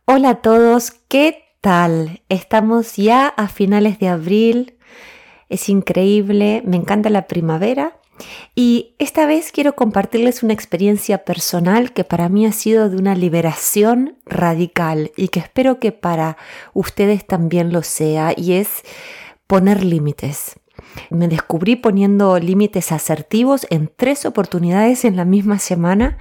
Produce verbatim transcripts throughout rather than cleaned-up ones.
Hola a todos, ¿qué tal? Estamos ya a finales de abril, es increíble, me encanta la primavera y esta vez quiero compartirles una experiencia personal que para mí ha sido de una liberación radical y que espero que para ustedes también lo sea, y es poner límites. Me descubrí poniendo límites asertivos en tres oportunidades en la misma semana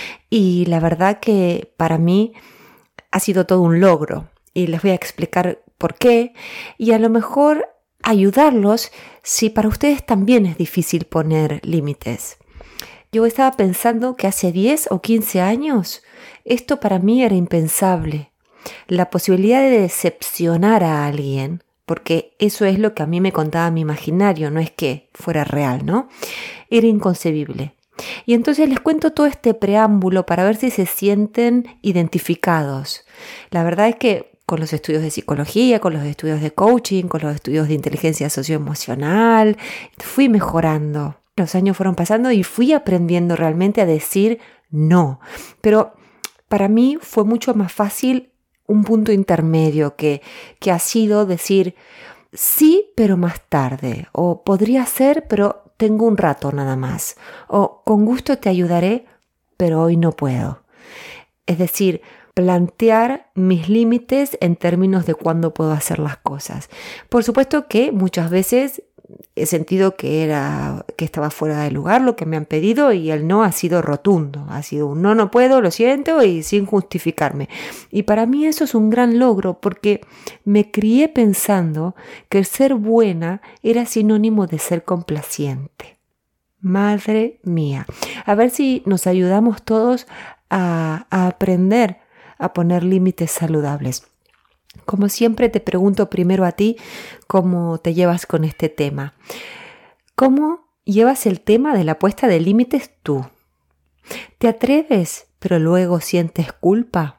y la verdad que para mí ha sido todo un logro y les voy a explicar por qué y a lo mejor ayudarlos si para ustedes también es difícil poner límites. Yo estaba pensando que hace diez o quince años esto para mí era impensable. La posibilidad de decepcionar a alguien, porque eso es lo que a mí me contaba mi imaginario, no es que fuera real, ¿no? Era inconcebible. Y entonces les cuento todo este preámbulo para ver si se sienten identificados. La verdad es que con los estudios de psicología, con los estudios de coaching, con los estudios de inteligencia socioemocional, fui mejorando. Los años fueron pasando y fui aprendiendo realmente a decir no. Pero para mí fue mucho más fácil un punto intermedio que, que ha sido decir sí, pero más tarde. O podría ser, pero tengo un rato nada más, o con gusto te ayudaré, pero hoy no puedo. Es decir, plantear mis límites en términos de cuándo puedo hacer las cosas. Por supuesto que muchas veces he sentido que era que estaba fuera de lugar lo que me han pedido y el no ha sido rotundo, ha sido un no, no puedo, lo siento y sin justificarme. Y para mí eso es un gran logro porque me crié pensando que el ser buena era sinónimo de ser complaciente. Madre mía, a ver si nos ayudamos todos a, a aprender a poner límites saludables. Como siempre te pregunto primero a ti cómo te llevas con este tema. ¿Cómo llevas el tema de la puesta de límites tú? ¿Te atreves pero luego sientes culpa?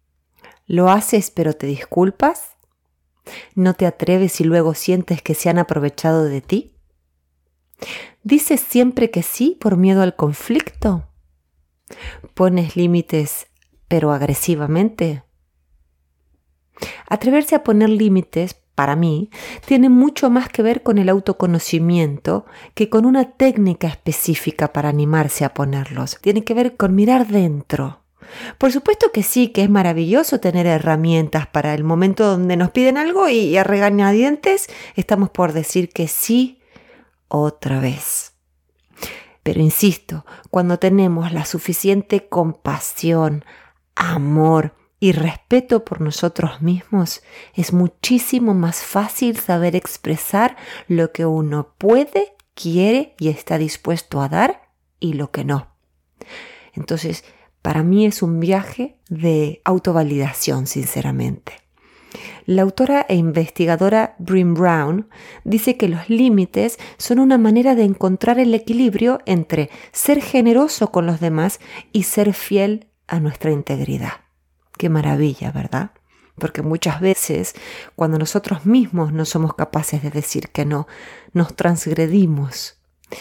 ¿Lo haces pero te disculpas? ¿No te atreves y luego sientes que se han aprovechado de ti? ¿Dices siempre que sí por miedo al conflicto? ¿Pones límites pero agresivamente? Atreverse a poner límites, para mí, tiene mucho más que ver con el autoconocimiento que con una técnica específica para animarse a ponerlos. Tiene que ver con mirar dentro. Por supuesto que sí, que es maravilloso tener herramientas para el momento donde nos piden algo y a regañadientes estamos por decir que sí otra vez. Pero insisto, cuando tenemos la suficiente compasión, amor y respeto por nosotros mismos, es muchísimo más fácil saber expresar lo que uno puede, quiere y está dispuesto a dar y lo que no. Entonces, para mí es un viaje de autovalidación, sinceramente. La autora e investigadora Brené Brown dice que los límites son una manera de encontrar el equilibrio entre ser generoso con los demás y ser fiel a nuestra integridad. Qué maravilla, ¿verdad? Porque muchas veces, cuando nosotros mismos no somos capaces de decir que no, nos transgredimos.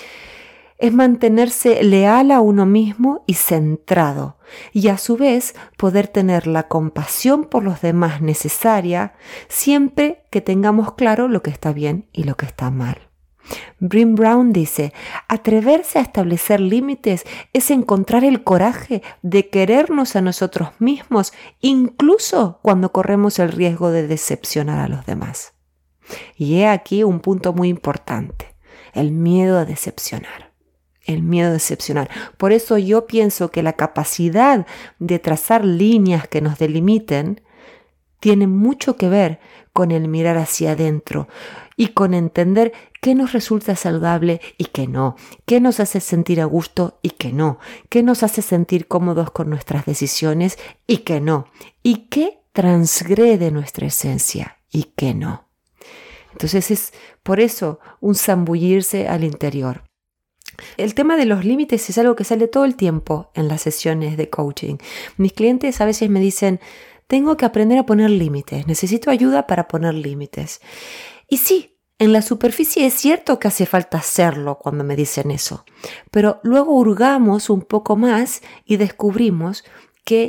Es mantenerse leal a uno mismo y centrado, y a su vez poder tener la compasión por los demás necesaria siempre que tengamos claro lo que está bien y lo que está mal. Brené Brown dice, atreverse a establecer límites es encontrar el coraje de querernos a nosotros mismos, incluso cuando corremos el riesgo de decepcionar a los demás. Y he aquí un punto muy importante, el miedo a decepcionar. El miedo a decepcionar. Por eso yo pienso que la capacidad de trazar líneas que nos delimiten tiene mucho que ver con el mirar hacia adentro y con entender qué nos resulta saludable y qué no, qué nos hace sentir a gusto y qué no, qué nos hace sentir cómodos con nuestras decisiones y qué no, y qué transgrede nuestra esencia y qué no. Entonces es por eso un zambullirse al interior. El tema de los límites es algo que sale todo el tiempo en las sesiones de coaching. Mis clientes a veces me dicen, tengo que aprender a poner límites, necesito ayuda para poner límites. Y sí, en la superficie es cierto que hace falta hacerlo cuando me dicen eso, pero luego hurgamos un poco más y descubrimos que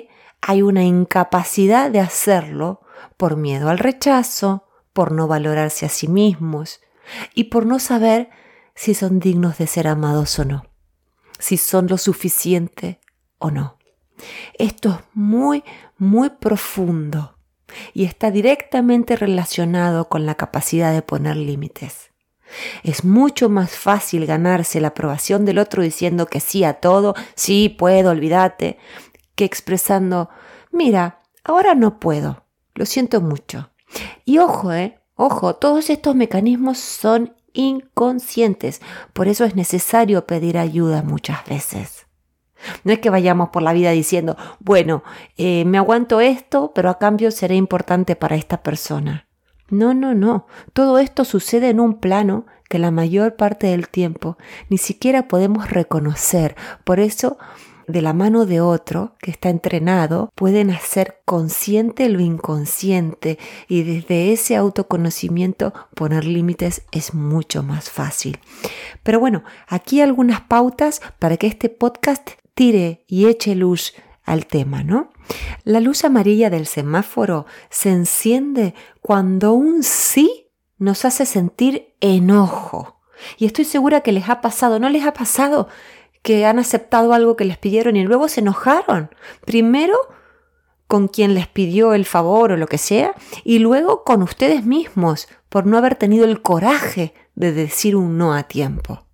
hay una incapacidad de hacerlo por miedo al rechazo, por no valorarse a sí mismos y por no saber si son dignos de ser amados o no, si son lo suficiente o no. Esto es muy, muy profundo y está directamente relacionado con la capacidad de poner límites. Es mucho más fácil ganarse la aprobación del otro diciendo que sí a todo, sí puedo, olvídate, que expresando, mira, ahora no puedo, lo siento mucho. Y ojo, eh, ojo, todos estos mecanismos son inconscientes, por eso es necesario pedir ayuda muchas veces. No es que vayamos por la vida diciendo, bueno, eh, me aguanto esto, pero a cambio seré importante para esta persona. No, no, no. Todo esto sucede en un plano que la mayor parte del tiempo ni siquiera podemos reconocer. Por eso, de la mano de otro que está entrenado, pueden hacer consciente lo inconsciente y desde ese autoconocimiento poner límites es mucho más fácil. Pero bueno, aquí algunas pautas para que este podcast tire y eche luz al tema, ¿no? La luz amarilla del semáforo se enciende cuando un sí nos hace sentir enojo. Y estoy segura que les ha pasado, ¿no les ha pasado que han aceptado algo que les pidieron y luego se enojaron? Primero con quien les pidió el favor o lo que sea, y luego con ustedes mismos por no haber tenido el coraje de decir un no a tiempo.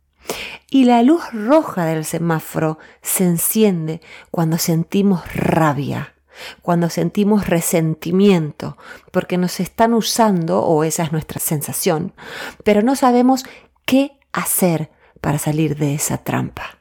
Y la luz roja del semáforo se enciende cuando sentimos rabia, cuando sentimos resentimiento, porque nos están usando, o esa es nuestra sensación, pero no sabemos qué hacer para salir de esa trampa.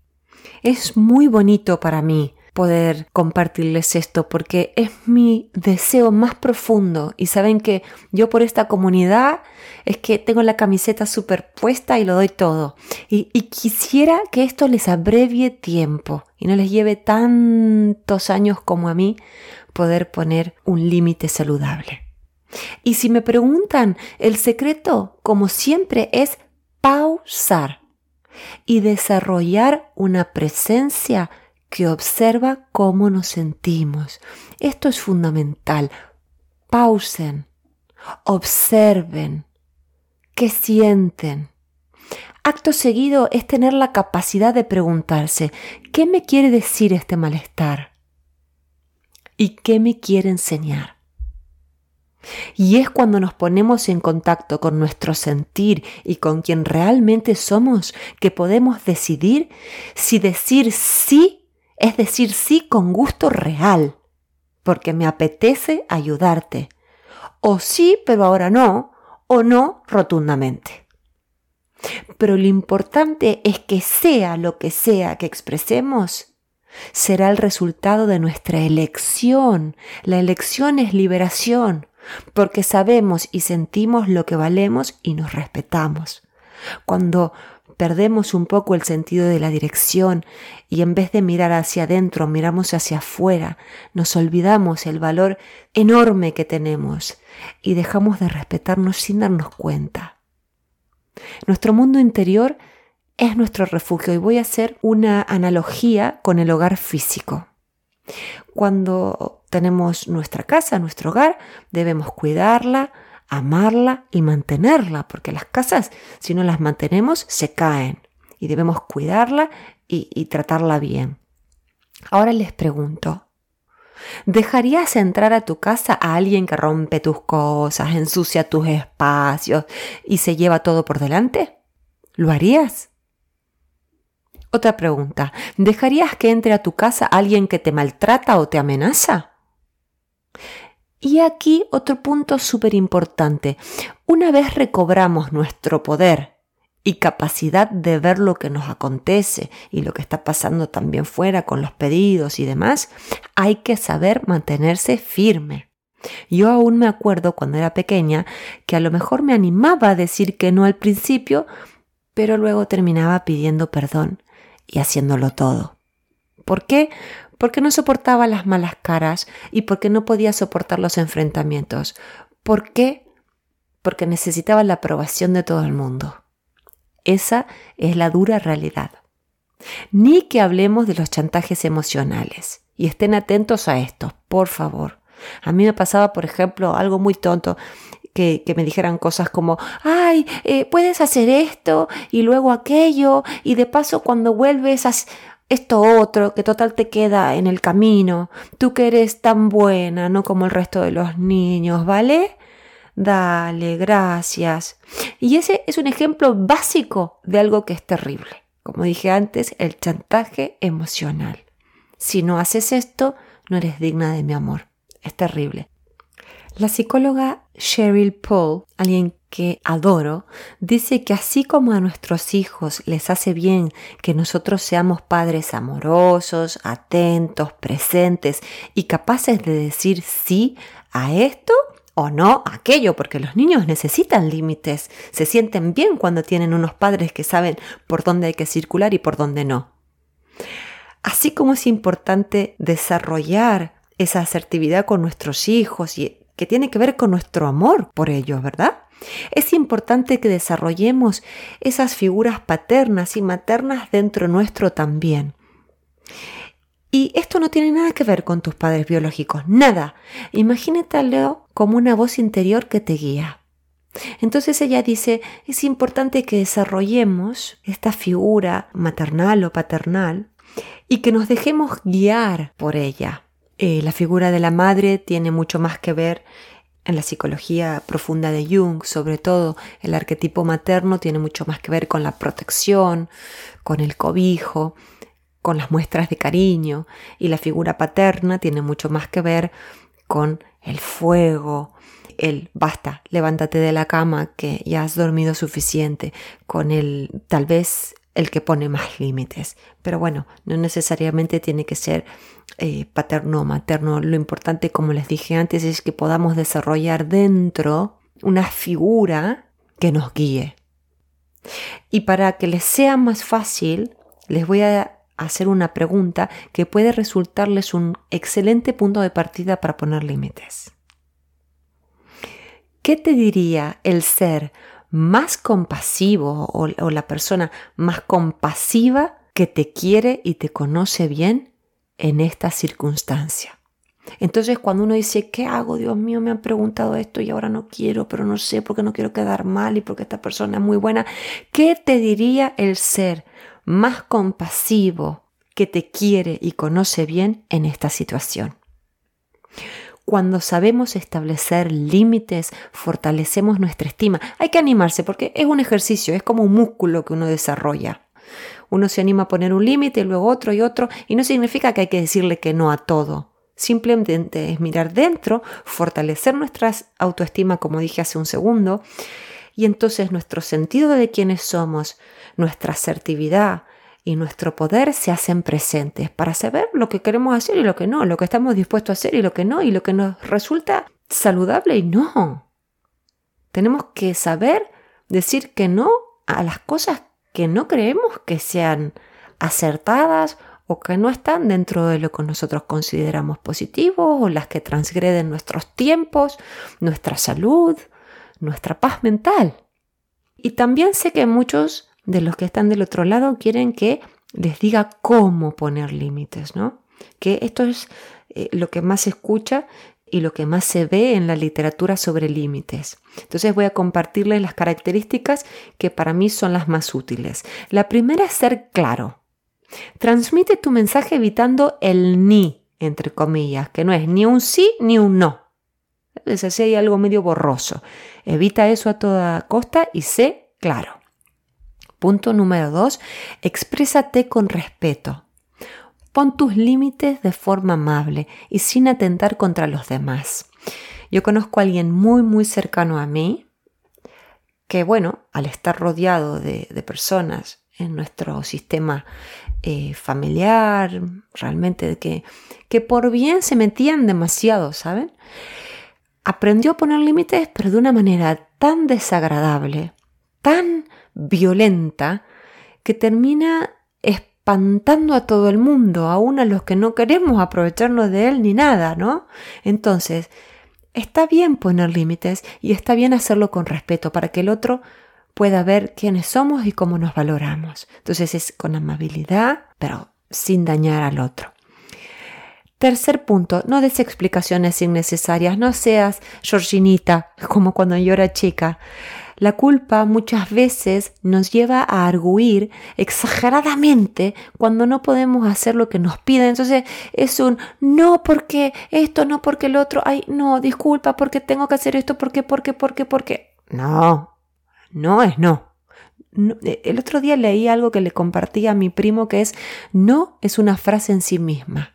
Es muy bonito para mí poder compartirles esto porque es mi deseo más profundo y saben que yo por esta comunidad es que tengo la camiseta superpuesta y lo doy todo y, y quisiera que esto les abrevie tiempo y no les lleve tantos años como a mí poder poner un límite saludable. Y si me preguntan, el secreto, como siempre, es pausar y desarrollar una presencia que observa cómo nos sentimos. Esto es fundamental. Pausen, observen, qué sienten. Acto seguido es tener la capacidad de preguntarse, ¿qué me quiere decir este malestar? ¿Y qué me quiere enseñar? Y es cuando nos ponemos en contacto con nuestro sentir y con quien realmente somos que podemos decidir si decir sí es decir sí con gusto real, porque me apetece ayudarte, o sí pero ahora no, o no rotundamente. Pero lo importante es que sea lo que sea que expresemos, será el resultado de nuestra elección. La elección es liberación, porque sabemos y sentimos lo que valemos y nos respetamos. Cuando perdemos un poco el sentido de la dirección y en vez de mirar hacia adentro, miramos hacia afuera, nos olvidamos el valor enorme que tenemos y dejamos de respetarnos sin darnos cuenta. Nuestro mundo interior es nuestro refugio y voy a hacer una analogía con el hogar físico. Cuando tenemos nuestra casa, nuestro hogar, debemos cuidarla, amarla y mantenerla, porque las casas, si no las mantenemos, se caen y debemos cuidarla y, y tratarla bien. Ahora les pregunto, ¿dejarías entrar a tu casa a alguien que rompe tus cosas, ensucia tus espacios y se lleva todo por delante? ¿Lo harías? Otra pregunta, ¿dejarías que entre a tu casa alguien que te maltrata o te amenaza? Y aquí otro punto súper importante. Una vez recobramos nuestro poder y capacidad de ver lo que nos acontece y lo que está pasando también fuera con los pedidos y demás, hay que saber mantenerse firme. Yo aún me acuerdo cuando era pequeña que a lo mejor me animaba a decir que no al principio, pero luego terminaba pidiendo perdón y haciéndolo todo. ¿Por qué? Porque no soportaba las malas caras y porque no podía soportar los enfrentamientos. ¿Por qué? Porque necesitaba la aprobación de todo el mundo. Esa es la dura realidad. Ni que hablemos de los chantajes emocionales. Y estén atentos a esto, por favor. A mí me pasaba, por ejemplo, algo muy tonto, que, que me dijeran cosas como, ay, eh, puedes hacer esto y luego aquello, y de paso cuando vuelves haz esto otro, que total te queda en el camino. Tú que eres tan buena, no como el resto de los niños, ¿vale? Dale, gracias. Y ese es un ejemplo básico de algo que es terrible. Como dije antes, el chantaje emocional. Si no haces esto, no eres digna de mi amor. Es terrible. La psicóloga Sheryl Paul, alguien que adoro, dice que así como a nuestros hijos les hace bien que nosotros seamos padres amorosos, atentos, presentes y capaces de decir sí a esto o no a aquello, porque los niños necesitan límites, se sienten bien cuando tienen unos padres que saben por dónde hay que circular y por dónde no. Así como es importante desarrollar esa asertividad con nuestros hijos y que tiene que ver con nuestro amor por ellos, ¿verdad? Es importante que desarrollemos esas figuras paternas y maternas dentro nuestro también. Y esto no tiene nada que ver con tus padres biológicos, nada. Imagínatelo como una voz interior que te guía. Entonces ella dice, es importante que desarrollemos esta figura maternal o paternal y que nos dejemos guiar por ella. Eh, la figura de la madre tiene mucho más que ver en la psicología profunda de Jung, sobre todo el arquetipo materno tiene mucho más que ver con la protección, con el cobijo, con las muestras de cariño, y la figura paterna tiene mucho más que ver con el fuego, el basta, levántate de la cama que ya has dormido suficiente, con el tal vez el que pone más límites. Pero bueno, no necesariamente tiene que ser eh, paterno o materno. Lo importante, como les dije antes, es que podamos desarrollar dentro una figura que nos guíe. Y para que les sea más fácil, les voy a hacer una pregunta que puede resultarles un excelente punto de partida para poner límites. ¿Qué te diría el ser más compasivo o, o la persona más compasiva que te quiere y te conoce bien en esta circunstancia? Entonces cuando uno dice, ¿qué hago? Dios mío, me han preguntado esto y ahora no quiero, pero no sé porque no quiero quedar mal y porque esta persona es muy buena. ¿Qué te diría el ser más compasivo que te quiere y conoce bien en esta situación? Cuando sabemos establecer límites, fortalecemos nuestra estima. Hay que animarse porque es un ejercicio, es como un músculo que uno desarrolla. Uno se anima a poner un límite, luego otro y otro, y no significa que hay que decirle que no a todo. Simplemente es mirar dentro, fortalecer nuestra autoestima, como dije hace un segundo, y entonces nuestro sentido de quiénes somos, nuestra asertividad y nuestro poder se hacen presentes para saber lo que queremos hacer y lo que no, lo que estamos dispuestos a hacer y lo que no, y lo que nos resulta saludable y no. Tenemos que saber decir que no a las cosas que no creemos que sean acertadas o que no están dentro de lo que nosotros consideramos positivo, o las que transgreden nuestros tiempos, nuestra salud, nuestra paz mental. Y también sé que muchos de los que están del otro lado quieren que les diga cómo poner límites, ¿no? Que esto es eh, lo que más se escucha y lo que más se ve en la literatura sobre límites. Entonces voy a compartirles las características que para mí son las más útiles. La primera es ser claro. Transmite tu mensaje evitando el ni, entre comillas, que no es ni un sí ni un no. Es así, hay algo medio borroso. Evita eso a toda costa y sé claro. Punto número dos, exprésate con respeto. Pon tus límites de forma amable y sin atentar contra los demás. Yo conozco a alguien muy, muy cercano a mí que, bueno, al estar rodeado de, de personas en nuestro sistema eh, familiar, realmente que, que por bien se metían demasiado, ¿saben? Aprendió a poner límites, pero de una manera tan desagradable, tan violenta, que termina espantando a todo el mundo, aún a los que no queremos aprovecharnos de él ni nada, ¿no? Entonces, está bien poner límites y está bien hacerlo con respeto para que el otro pueda ver quiénes somos y cómo nos valoramos. Entonces es con amabilidad, pero sin dañar al otro. Tercer punto, no des explicaciones innecesarias, no seas Georginita como cuando yo era chica. La culpa muchas veces nos lleva a arguir exageradamente cuando no podemos hacer lo que nos piden. Entonces es un no porque esto, no porque el otro, ay no, disculpa porque tengo que hacer esto, porque, porque, porque, porque. No, no es no. No. El otro día leí algo que le compartí a mi primo que es no es una frase en sí misma.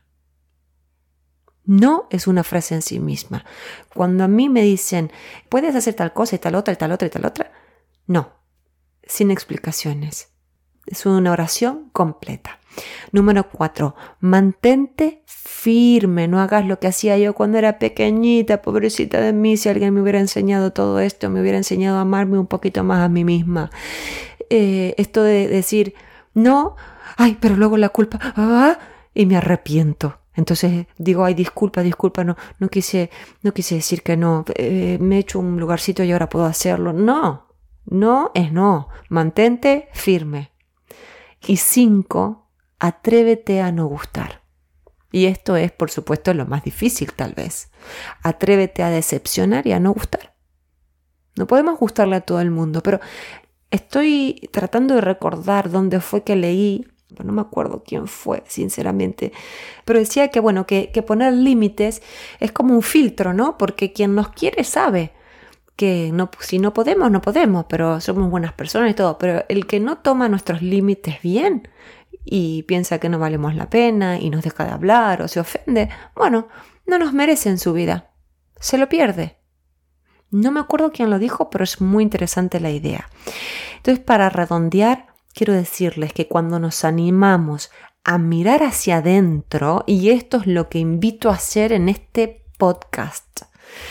No es una frase en sí misma. Cuando a mí me dicen, ¿puedes hacer tal cosa y tal otra y tal otra y tal otra? No, sin explicaciones. Es una oración completa. Número cuatro, mantente firme. No hagas lo que hacía yo cuando era pequeñita, pobrecita de mí. Si alguien me hubiera enseñado todo esto, me hubiera enseñado a amarme un poquito más a mí misma. Eh, esto de decir, no, ay, pero luego la culpa, ah, y me arrepiento. Entonces digo, ay, disculpa, disculpa, no, no quise, no quise decir que no, eh, me he hecho un lugarcito y ahora puedo hacerlo. No, no es no, mantente firme. Y cinco, atrévete a no gustar. Y esto es, por supuesto, lo más difícil tal vez. Atrévete a decepcionar y a no gustar. No podemos gustarle a todo el mundo, pero estoy tratando de recordar dónde fue que leí, no me acuerdo quién fue, sinceramente, pero decía que, bueno, que, que poner límites es como un filtro, ¿no? Porque quien nos quiere sabe que no, si no podemos, no podemos, pero somos buenas personas y todo, pero el que no toma nuestros límites bien y piensa que no valemos la pena y nos deja de hablar o se ofende, bueno, no nos merece en su vida, se lo pierde. No me acuerdo quién lo dijo, pero es muy interesante la idea. Entonces, para redondear, quiero decirles que cuando nos animamos a mirar hacia adentro, y esto es lo que invito a hacer en este podcast,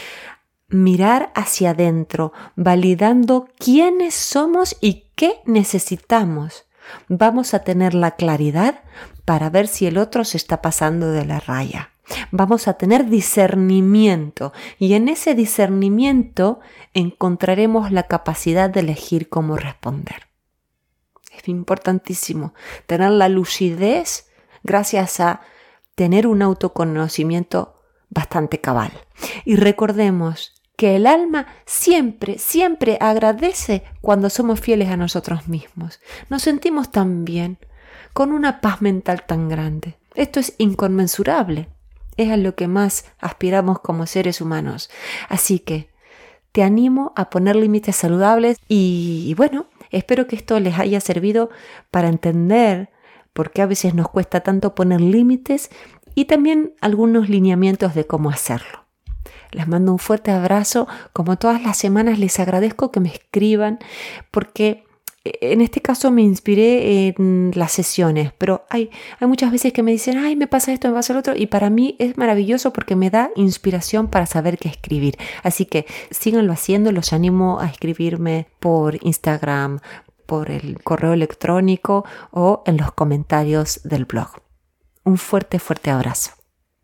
mirar hacia adentro, validando quiénes somos y qué necesitamos, vamos a tener la claridad para ver si el otro se está pasando de la raya. Vamos a tener discernimiento y en ese discernimiento encontraremos la capacidad de elegir cómo responder. Es importantísimo tener la lucidez gracias a tener un autoconocimiento bastante cabal. Y recordemos que el alma siempre, siempre agradece cuando somos fieles a nosotros mismos. Nos sentimos tan bien, con una paz mental tan grande. Esto es inconmensurable. Es a lo que más aspiramos como seres humanos. Así que te animo a poner límites saludables y, y bueno, espero que esto les haya servido para entender por qué a veces nos cuesta tanto poner límites y también algunos lineamientos de cómo hacerlo. Les mando un fuerte abrazo. Como todas las semanas les agradezco que me escriban porque en este caso me inspiré en las sesiones, pero hay, hay muchas veces que me dicen, ay, me pasa esto, me pasa lo otro, y para mí es maravilloso porque me da inspiración para saber qué escribir. Así que síganlo haciendo, los animo a escribirme por Instagram, por el correo electrónico o en los comentarios del blog. Un fuerte, fuerte abrazo.